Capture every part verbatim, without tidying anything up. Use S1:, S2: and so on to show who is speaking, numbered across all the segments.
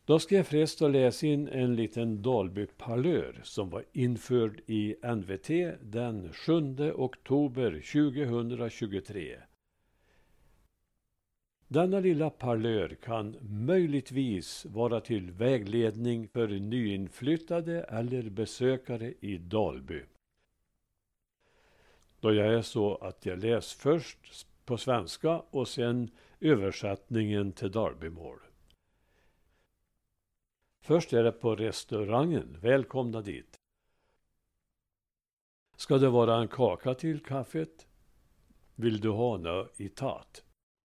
S1: Då ska jag förresten att läsa in en liten Dalbyparlör som var införd i N V T den sjunde oktober tjugohundratjugotre. Denna lilla parlör kan möjligtvis vara till vägledning för nyinflyttade eller besökare i Dalby. Då jag är så att jag läser först på svenska och sen översättningen till Dalbymål. Först är det på restaurangen. Välkomna dit. Ska det vara en kaka till kaffet? Vill du ha nö i tat?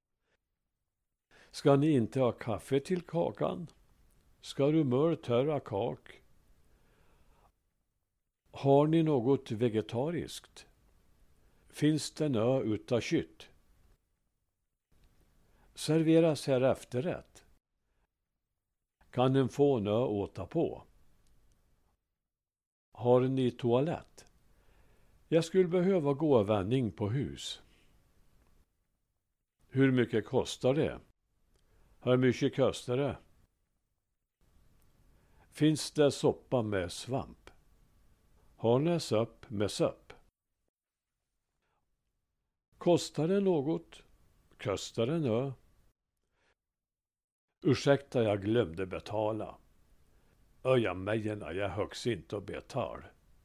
S1: Ska ni inte ha kaffe till kakan? Ska du mör törra kak? Har ni något vegetariskt? Finns det nö utav kytt? Serveras här efterrätt. Kan en få nö åta på? Har ni toalett? Jag skulle behöva gå vändning på hus. Hur mycket kostar det? Hur mycket kostar det? Finns det soppa med svamp? Har ni sopp med sopp? Kostar det något? Kostar det nö? Ursäkta, jag glömde betala. Öja mejerna, jag högs inte att betala.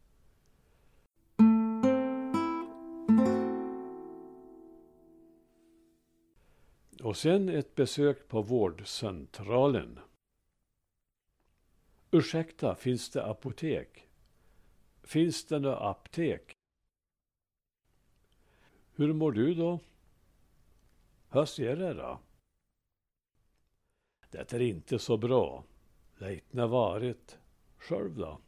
S1: Och sen ett besök på vårdcentralen. Ursäkta, finns det apotek? Finns det något aptek? Hur mår du då? Hur ser det då? Det är inte så bra. Leitna varit. Själv då?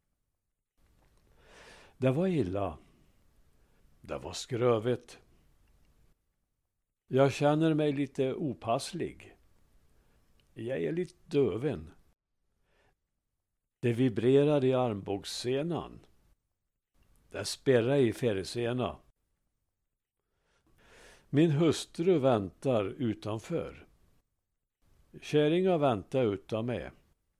S1: Det var illa. Det var skrövet. Jag känner mig lite opasslig. Jag är lite döven. Det vibrerar i armbågssenan. Det spärrar i färgsena. Min hustru väntar utanför. Kärringar väntar utan mig.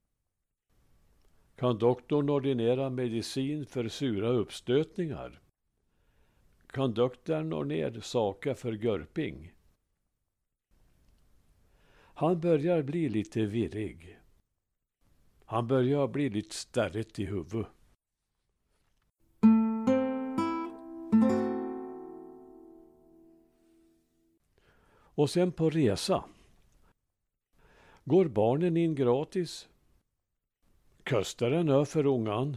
S1: Kan doktorn ordinera medicin för sura uppstötningar? Kan doktorn ordinera saker för görping? Han börjar bli lite virrig. Han börjar bli lite stärligt i huvudet. Och sen på resa. Går barnen in gratis? Kostar det nö för ungan?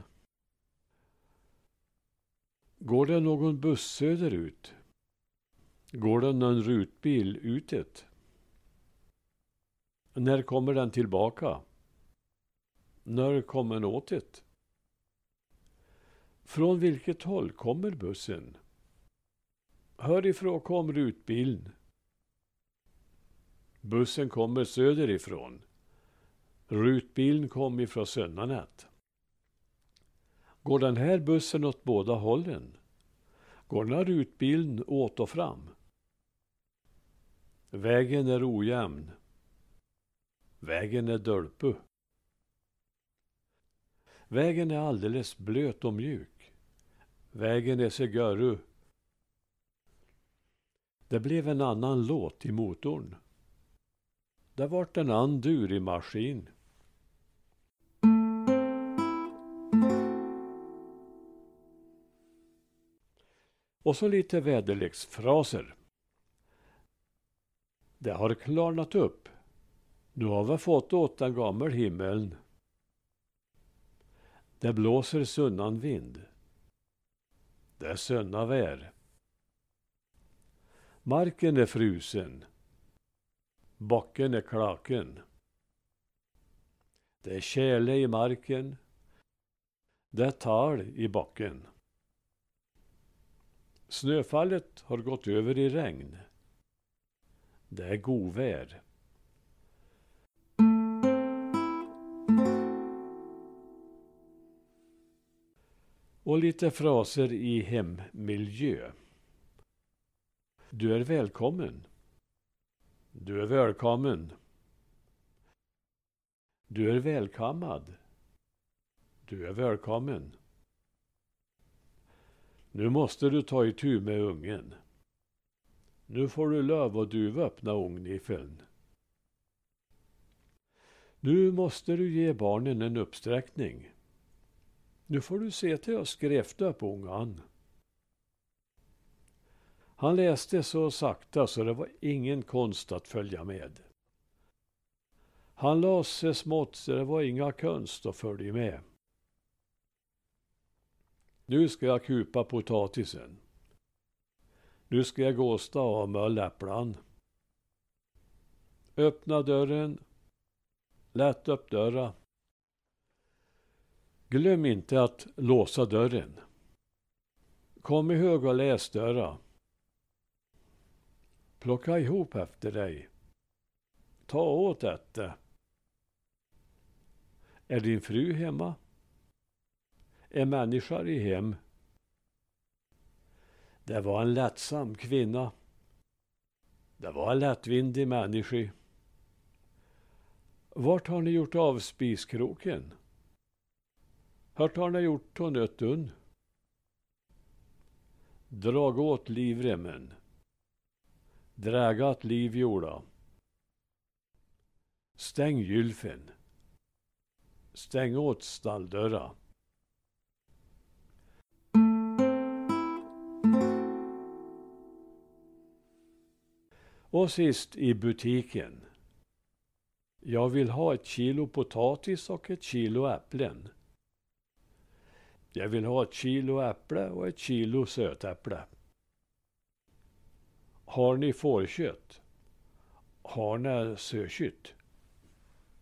S1: Går det någon buss söderut? Går det någon rutbil utet? När kommer den tillbaka? När kommer den åtet? Från vilket håll kommer bussen? Hörifrån kommer rutbilen. Bussen kommer söderifrån. Rutbilen kom ifrån Sönnanät. Går den här bussen åt båda hållen? Går den här rutbilen åt och fram? Vägen är ojämn. Vägen är dölpu. Vägen är alldeles blöt och mjuk. Vägen är så göru. Det blev en annan låt i motorn. Det vart en andur i maskin. Och så lite väderleksfraser. Det har klarnat upp. Nu har vi fått åt den gammal himmeln. Det blåser sunnan vind. Det är sönna vär. Marken är frusen. Backen är klaken. Det är tjäle i marken. Det är tal i backen. Snöfallet har gått över i regn. Det är godvär. Och lite fraser i hemmiljö. Du är välkommen. Du är välkommen. Du är välkammad. Du är välkommen. Nu måste du ta itu med ungen. Nu får du löv och duva öppna ungnifeln. Nu måste du ge barnen en uppsträckning. Nu får du se till att skräfta upp ungan. Han läste så sakta så det var ingen konst att följa med. Han la sig smått så det var inga konst att följa med. Nu ska jag kupa potatisen. Nu ska jag gåsta av mölläpplan. Öppna dörren. Lätt upp dörra. Glöm inte att låsa dörren. Kom ihåg att läs dörra. Plocka ihop efter dig. Ta åt detta. Är din fru hemma? Är människor i hem? Det var en lättsam kvinna. Det var en lättvindig människa. Vart har ni gjort av spiskroken? Hört har ni gjort tonöttun? Drag åt livremmen. Drägat livjorda. Stäng gylfen. Stäng åt stalldörra. Och sist i butiken. Jag vill ha ett kilo potatis och ett kilo äpplen. Jag vill ha ett kilo äpple och ett kilo sötäpple. Har ni fårkött? Har ni sökött?